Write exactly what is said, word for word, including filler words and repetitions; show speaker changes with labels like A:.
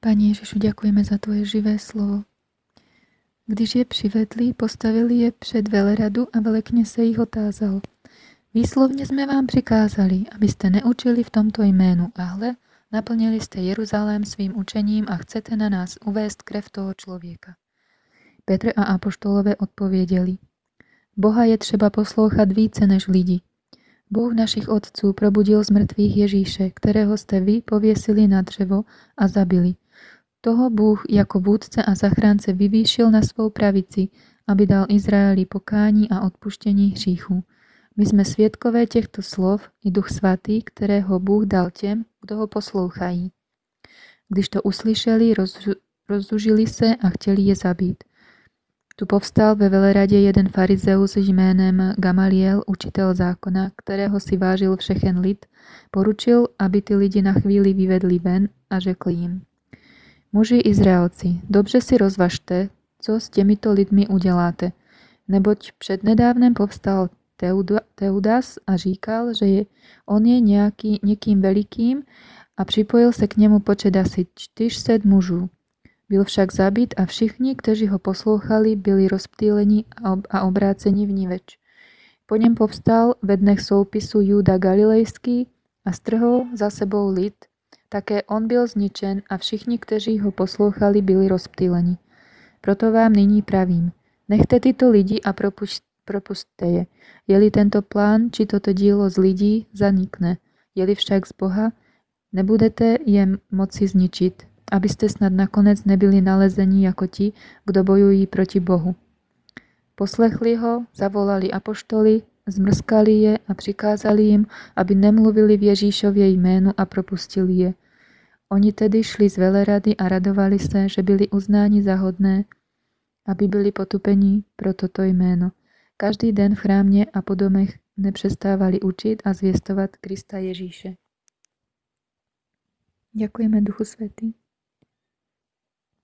A: Pane Ježišu, ďakujeme za Tvoje živé slovo. Když je přivedli, postavili je před veleradu a velekněz se jich otázal. Výslovně jsme vám přikázali, abyste neučili v tomto jménu, a hle, naplnili jste Jeruzalém svým učením a chcete na nás uvést krev toho člověka. Petr a apoštolové odpověděli. Boha je třeba poslouchat více než lidi. Bůh našich otců probudil z mrtvých Ježíše, kterého jste vy pověsili na dřevo a zabili. Toho Bůh jako vůdce a zachránce vyvýšil na svou pravici, aby dal Izraeli pokání a odpuštění hříchů. My jsme svědkové těchto slov i Duch Svatý, kterého Bůh dal těm, kdo ho poslouchají. Když to uslyšeli, roz, rozzužili se a chtěli je zabít. Tu povstal ve veleradě jeden farizeus jménem Gamaliel, učitel zákona, kterého si vážil všechen lid, poručil, aby ty lidi na chvíli vyvedli ven a řekl jim. Muži Izraelci, dobře si rozvažte, co s těmito lidmi uděláte, neboť přednedávnem povstal Teudas a říkal, že je, on je nějaký, někým velikým a připojil se k němu počet asi čtyři sta mužů. Byl však zabit a všichni, kteří ho poslouchali, byli rozptýleni a obráceni vniveč. Po něm povstal ve dnech soupisu Juda Galilejský a strhl za sebou lid. Také on byl zničen a všichni, kteří ho poslouchali, byli rozptýleni. Proto vám nyní pravím, nechte tyto lidi a propusťte je. Je-li tento plán či toto dílo z lidí, zanikne. Je-li však z Boha, nebudete je moci zničit, abyste snad nakonec nebyli nalezeni jako ti, kdo bojují proti Bohu. Poslechli ho, zavolali apoštoly, zmrskali je a přikázali jim, aby nemluvili v Ježíšově jménu a propustili je. Oni tedy šli z velerady a radovali se, že byli uznáni za hodné, aby byli potupeni pro toto jméno. Každý den v chrámě a po domech nepřestávali učit a zvěstovat Krista Ježíše. Ďakujeme Duchu Svätý.